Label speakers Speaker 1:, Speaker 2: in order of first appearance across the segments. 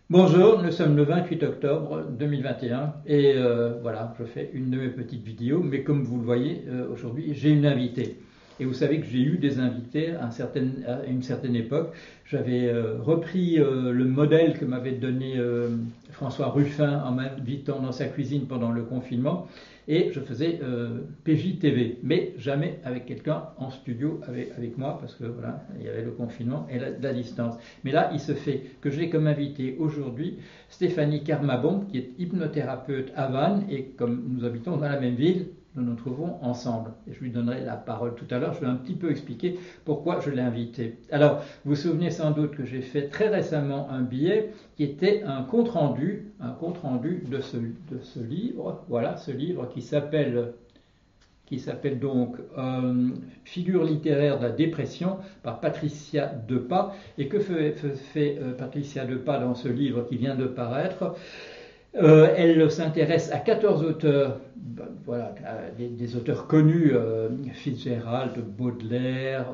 Speaker 1: Bonjour, nous sommes le 28 octobre 2021 et voilà, je fais une de mes petites vidéos, mais comme vous le voyez, aujourd'hui j'ai une invitée. Et vous savez que j'ai eu des invités à une certaine époque. J'avais repris le modèle que m'avait donné François Ruffin en m'invitant dans sa cuisine pendant le confinement. Et je faisais PJ-TV, mais jamais avec quelqu'un en studio avec moi, parce que voilà, il y avait le confinement et la distance. Mais là, il se fait que j'ai comme invité aujourd'hui Stéphanie Carmabon, qui est hypnothérapeute à Vannes, et comme nous habitons dans la même ville, nous nous trouvons ensemble. Et je lui donnerai la parole tout à l'heure. Je vais un petit peu expliquer pourquoi je l'ai invitée. Alors, vous vous souvenez sans doute que j'ai fait très récemment un billet qui était un compte-rendu de ce livre. Voilà, ce livre qui s'appelle donc Figure littéraire de la dépression par Patricia Depas. Et que fait Patricia Depas dans ce livre qui vient de paraître? Elle s'intéresse à 14 auteurs, voilà, des auteurs connus, Fitzgerald, Baudelaire,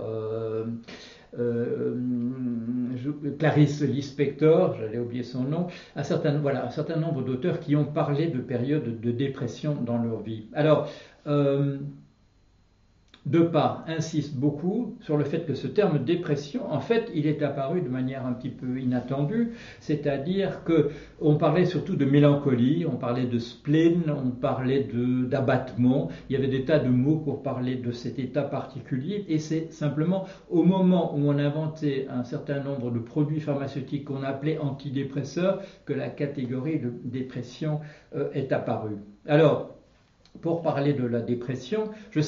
Speaker 1: euh, Clarice Lispector, j'allais oublier son nom, voilà, un certain nombre d'auteurs qui ont parlé de périodes de dépression dans leur vie. Alors, euh, Depas insiste beaucoup sur le fait que ce terme dépression, en fait, il est apparu de manière un petit peu inattendue, c'est-à-dire que on parlait surtout de mélancolie, on parlait de spleen, on parlait d'abattement, il y avait des tas de mots pour parler de cet état particulier, et c'est simplement au moment où on inventait un certain nombre de produits pharmaceutiques qu'on appelait antidépresseurs que la catégorie de dépression est apparue. Alors, pour parler de la dépression,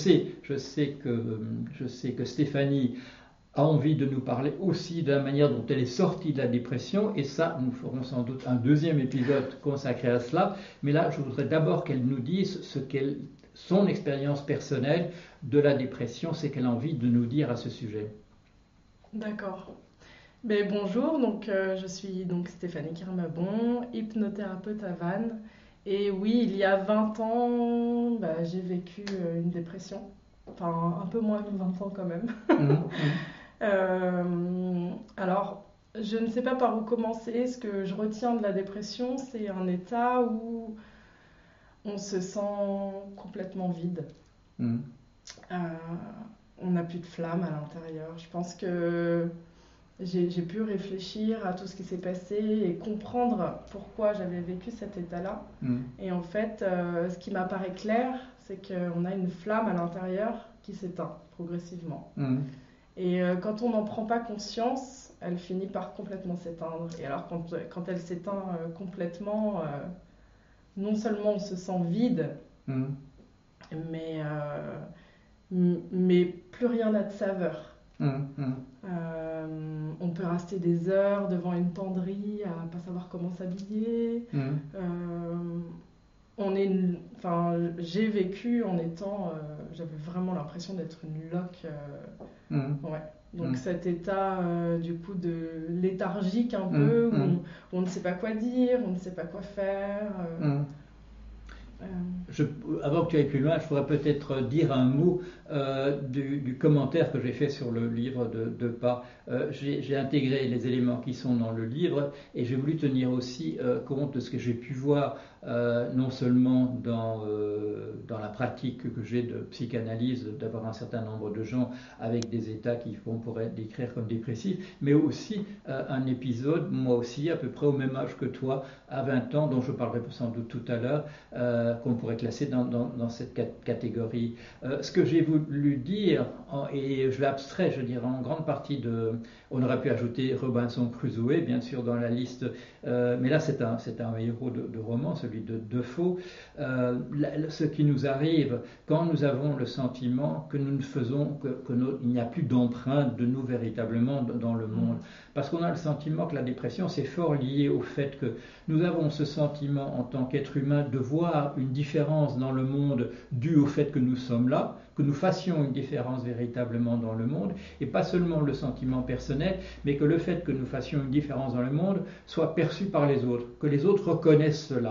Speaker 1: je sais que Stéphanie a envie de nous parler aussi de la manière dont elle est sortie de la dépression, et ça, nous ferons sans doute un deuxième épisode consacré à cela. Mais là, je voudrais d'abord qu'elle nous dise son expérience personnelle de la dépression, c'est qu'elle a envie de nous dire à ce sujet.
Speaker 2: D'accord. Ben, bonjour, je suis donc Stéphanie Kirmabon, hypnothérapeute à Vannes. Et oui, il y a 20 ans, j'ai vécu une dépression. Enfin, un peu moins que 20 ans quand même.
Speaker 1: Mmh,
Speaker 2: Alors, je ne sais pas par où commencer. Ce que je retiens de la dépression, c'est un état où on se sent complètement vide.
Speaker 1: mmh,
Speaker 2: Euh, on n'a plus de flamme à l'intérieur. Je pense que j'ai pu réfléchir à tout ce qui s'est passé et comprendre pourquoi j'avais vécu cet état-là.
Speaker 1: mmh,
Speaker 2: Et en fait, ce qui m'apparaît clair, c'est qu'on a une flamme à l'intérieur qui s'éteint progressivement.
Speaker 1: mmh,
Speaker 2: Et quand on n'en prend pas conscience, elle finit par complètement s'éteindre. Et alors quand elle s'éteint complètement, non seulement on se sent vide,
Speaker 1: mmh,
Speaker 2: mais, mais plus rien n'a de saveur.
Speaker 1: mmh, mmh,
Speaker 2: On peut rester des heures devant une penderie à pas savoir comment s'habiller.
Speaker 1: mmh,
Speaker 2: Euh, j'ai vécu en étant, j'avais vraiment l'impression d'être une loque.
Speaker 1: mmh,
Speaker 2: Ouais. Donc
Speaker 1: mmh,
Speaker 2: cet état du coup de léthargique un
Speaker 1: mmh,
Speaker 2: peu
Speaker 1: mmh,
Speaker 2: où on ne sait pas quoi dire, on ne sait pas quoi faire.
Speaker 1: mmh.
Speaker 2: Euh,
Speaker 1: Avant que tu ailles plus loin, je pourrais peut-être dire un mot du commentaire que j'ai fait sur le livre de Pas. J'ai intégré les éléments qui sont dans le livre, et j'ai voulu tenir aussi compte de ce que j'ai pu voir, non seulement dans la pratique que j'ai de psychanalyse, d'avoir un certain nombre de gens avec des états qu'on pourrait décrire comme dépressifs, mais aussi un épisode, moi aussi, à peu près au même âge que toi, à 20 ans, dont je parlerai sans doute tout à l'heure, qu'on pourrait classer dans cette catégorie. Ce que j'ai voulu dire, et je l'abstrais, je dirais en grande partie on aurait pu ajouter Robinson Crusoe, bien sûr, dans la liste, mais là c'est un héros de roman, celui de Defoe. Ce qui nous arrive quand nous avons le sentiment que nous ne faisons, il n'y a plus d'empreinte de nous véritablement dans le monde. Parce qu'on a le sentiment que la dépression, c'est fort lié au fait que nous avons ce sentiment en tant qu'être humain de voir une différence dans le monde due au fait que nous sommes là, que nous fassions une différence véritablement dans le monde, et pas seulement le sentiment personnel, mais que le fait que nous fassions une différence dans le monde soit perçu par les autres, que les autres reconnaissent cela.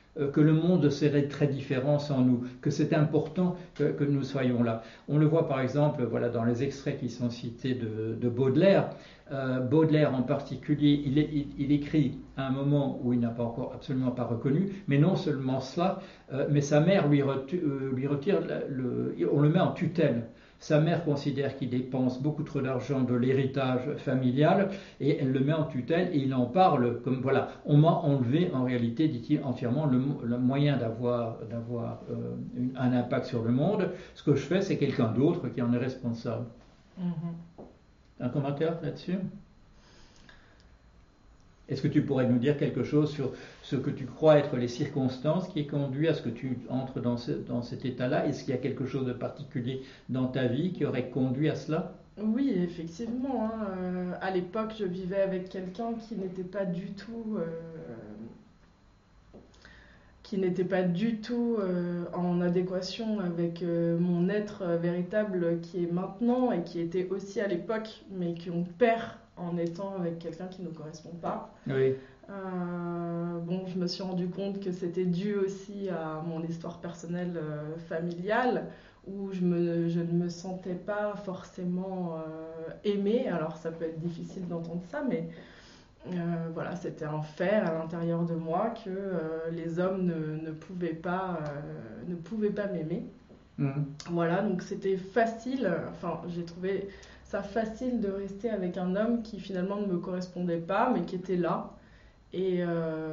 Speaker 1: que le monde serait très différent sans nous, que c'est important que nous soyons là. On le voit par exemple voilà, dans les extraits qui sont cités de Baudelaire. Baudelaire en particulier, il écrit à un moment où il n'a pas encore absolument pas reconnu, mais non seulement cela, mais sa mère lui retire, on le met en tutelle. Sa mère considère qu'il dépense beaucoup trop d'argent de l'héritage familial et elle le met en tutelle et il en parle comme voilà, on m'a enlevé en réalité, dit-il, entièrement le moyen d'avoir un impact sur le monde. Ce que je fais, c'est quelqu'un d'autre qui en est responsable. Un commentaire là-dessus ? Est-ce que tu pourrais nous dire quelque chose sur ce que tu crois être les circonstances qui conduit à ce que tu entres dans cet état-là ? Est-ce qu'il y a quelque chose de particulier dans ta vie qui aurait conduit à cela ?
Speaker 2: Oui, effectivement. À l'époque, je vivais avec quelqu'un qui n'était pas du tout, en adéquation avec mon être véritable qui est maintenant et qui était aussi à l'époque, mais qu'on perd en étant avec quelqu'un qui ne nous correspond pas.
Speaker 1: Oui.
Speaker 2: Je me suis rendu compte que c'était dû aussi à mon histoire personnelle familiale, où je ne me sentais pas forcément aimée. Alors ça peut être difficile d'entendre ça, mais voilà, c'était un fait à l'intérieur de moi que les hommes ne pouvaient pas m'aimer. Voilà, donc c'était facile, j'ai trouvé ça facile de rester avec un homme qui finalement ne me correspondait pas, mais qui était là et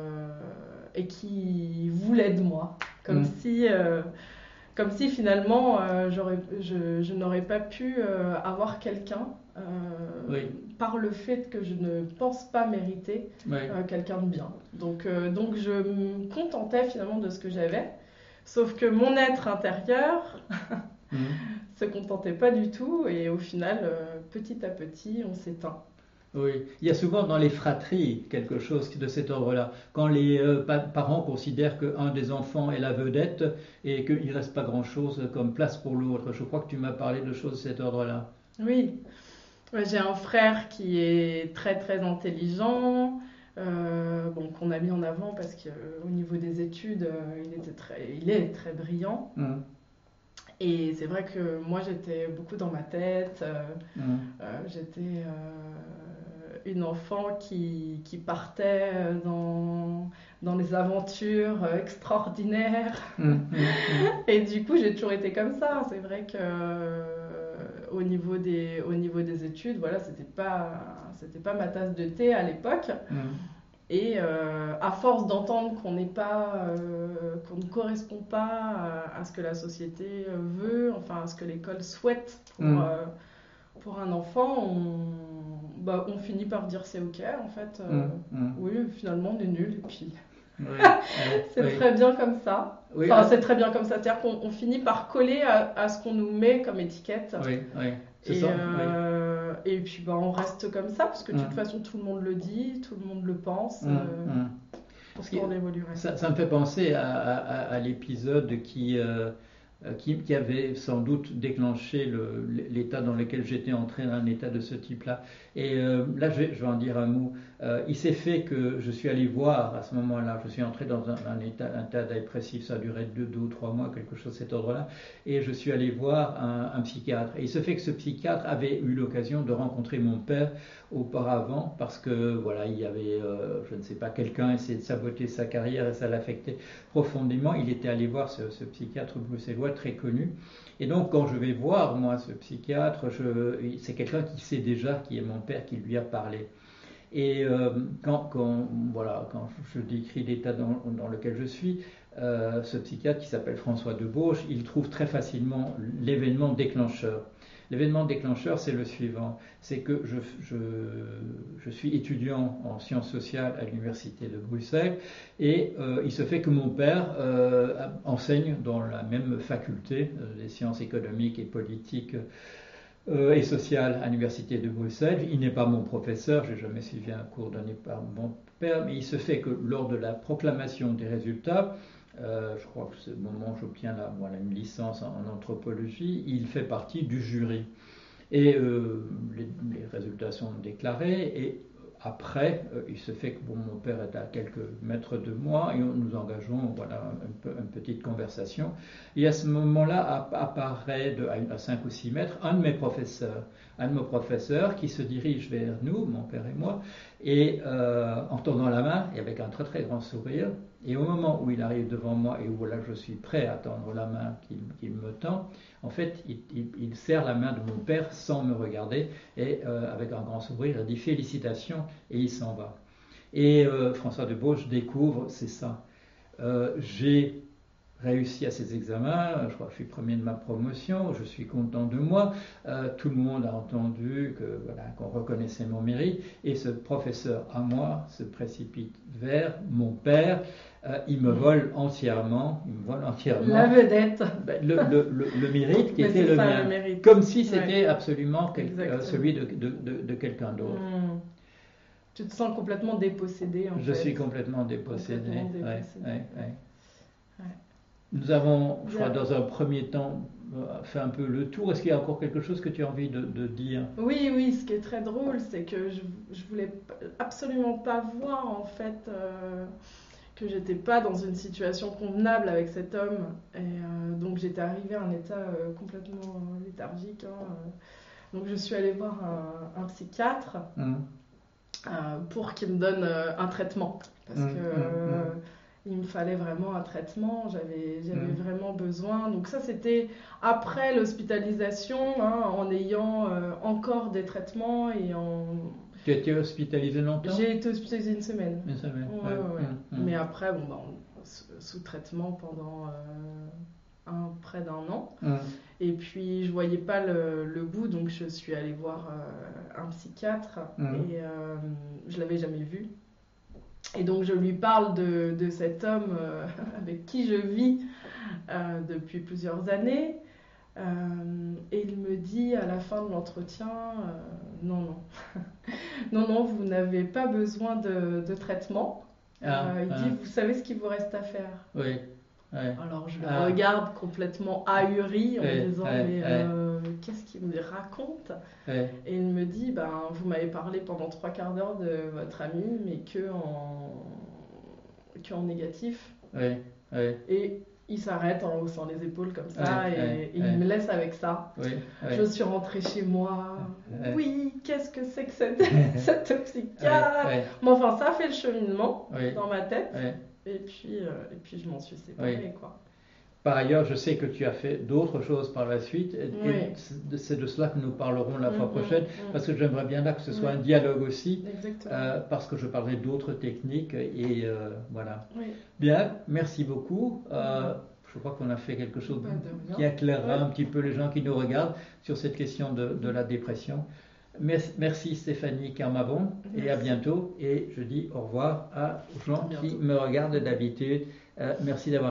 Speaker 2: qui voulait de moi, comme si finalement je n'aurais pas pu avoir quelqu'un par le fait que je ne pense pas mériter quelqu'un de bien. Donc je me contentais finalement de ce que j'avais, sauf que mon être intérieur se contentait pas du tout et au final, petit à petit, on s'éteint.
Speaker 1: Oui, il y a souvent dans les fratries quelque chose de cet ordre-là. Quand les parents considèrent qu'un des enfants est la vedette et qu'il ne reste pas grand-chose comme place pour l'autre. Je crois que tu m'as parlé de choses de cet ordre-là.
Speaker 2: Oui, j'ai un frère qui est très très intelligent, qu'on a mis en avant parce qu'au niveau des études, il est très brillant. Et c'est vrai que moi j'étais beaucoup dans ma tête, j'étais une enfant qui partait dans les aventures extraordinaires. Et du coup j'ai toujours été comme ça. C'est vrai que au niveau des études, voilà, c'était pas ma tasse de thé à l'époque. Et à force d'entendre qu'on ne correspond pas à ce que la société veut, enfin à ce que l'école souhaite pour un enfant, on finit par dire c'est ok en fait. Oui, finalement on est nul et puis c'est très bien comme ça.
Speaker 1: Oui,
Speaker 2: c'est très bien comme ça, c'est-à-dire qu'on finit par coller à ce qu'on nous met comme étiquette.
Speaker 1: Oui.
Speaker 2: Et puis on reste comme ça parce que de toute façon tout le monde le dit, tout le monde le pense. Pourquoi on évoluerait.
Speaker 1: Ça me fait penser à l'épisode qui avait sans doute déclenché l'état dans lequel j'étais entré, un état de ce type-là. Et là, je vais en dire un mot. Il s'est fait que je suis allé voir à ce moment-là, je suis entré dans un état dépressif, ça a duré 2 ou 3 mois, quelque chose de cet ordre-là, et je suis allé voir un psychiatre. Et il se fait que ce psychiatre avait eu l'occasion de rencontrer mon père auparavant, parce que voilà, il y avait, je ne sais pas, quelqu'un essayait de saboter sa carrière et ça l'affectait profondément. Il était allé voir ce psychiatre bruxellois très connu. Et donc, quand je vais voir, moi, ce psychiatre, c'est quelqu'un qui sait déjà qui est mon père, qui lui a parlé. Et quand je décris l'état dans lequel je suis, ce psychiatre qui s'appelle François Debauche, il trouve très facilement l'événement déclencheur. L'événement déclencheur, c'est le suivant, c'est que je suis étudiant en sciences sociales à l'université de Bruxelles et il se fait que mon père enseigne dans la même faculté des sciences économiques et politiques et sociales à l'université de Bruxelles. Il n'est pas mon professeur, je n'ai jamais suivi un cours donné par mon père, mais il se fait que lors de la proclamation des résultats, je crois que c'est le moment où j'obtiens une licence en anthropologie, il fait partie du jury. Et les résultats sont déclarés et après, il se fait que mon père est à quelques mètres de moi et nous engageons une petite conversation. Et à ce moment-là apparaît à 5 ou 6 mètres un de mes professeurs qui se dirige vers nous, mon père et moi, et en tendant la main et avec un très très grand sourire. Et au moment où il arrive devant moi et où là je suis prêt à tendre la main qu'il me tend, en fait il serre la main de mon père sans me regarder et avec un grand sourire il dit félicitations et il s'en va. Et François Debauche découvre, c'est ça. J'ai réussi à ces examens, je crois que je suis premier de ma promotion, je suis content de moi, tout le monde a entendu qu'on reconnaissait mon mérite, et ce professeur à moi se précipite vers mon père, il me vole entièrement,
Speaker 2: la vedette,
Speaker 1: le mérite qui était le mien, comme si c'était absolument celui de quelqu'un d'autre.
Speaker 2: Tu te sens complètement dépossédé en fait.
Speaker 1: Je suis complètement dépossédé. Nous avons, je crois, dans un premier temps, fait un peu le tour. Est-ce qu'il y a encore quelque chose que tu as envie de dire?
Speaker 2: Oui, ce qui est très drôle, c'est que je voulais absolument pas voir, en fait, que j'étais pas dans une situation convenable avec cet homme. Et donc j'étais arrivée à un état complètement léthargique. Donc je suis allée voir un psychiatre pour qu'il me donne un traitement. Parce que... il me fallait vraiment un traitement, j'avais vraiment besoin. Donc ça, c'était après l'hospitalisation, en ayant encore des traitements et en...
Speaker 1: Tu as été hospitalisée longtemps?
Speaker 2: J'ai été hospitalisée une semaine.
Speaker 1: Une semaine.
Speaker 2: Ouais. Mais après, sous traitement pendant près d'1 an. Et puis, je voyais pas le bout, donc je suis allée voir un psychiatre et je l'avais jamais vu. Et donc je lui parle de cet homme avec qui je vis depuis plusieurs années. Et il me dit à la fin de l'entretien, non, vous n'avez pas besoin de traitement. Il dit, vous savez ce qu'il vous reste à faire?
Speaker 1: Oui.
Speaker 2: Alors je le regarde complètement ahuri en me disant, mais qu'est-ce qu'il me raconte? Et il me dit, vous m'avez parlé pendant 3/4 d'heure de votre ami, mais que en négatif. Et il s'arrête en haussant les épaules comme ça et il me laisse avec ça. Je suis rentrée chez moi. Oui, qu'est-ce que c'est que cette psychiatre? Mais enfin, ça a fait le cheminement dans ma tête. Et puis je m'en suis séparée, quoi.
Speaker 1: Par ailleurs, je sais que tu as fait d'autres choses par la suite, et c'est de cela que nous parlerons la fois prochaine, parce que j'aimerais bien là que ce soit un dialogue aussi, parce que je parlerai d'autres techniques, et voilà. Bien, merci beaucoup. Je crois qu'on a fait quelque chose qui éclairera un petit peu les gens qui nous regardent sur cette question de la dépression. Merci Stéphanie Carmabon, et à bientôt. Et je dis au revoir aux gens qui me regardent d'habitude. Merci d'avoir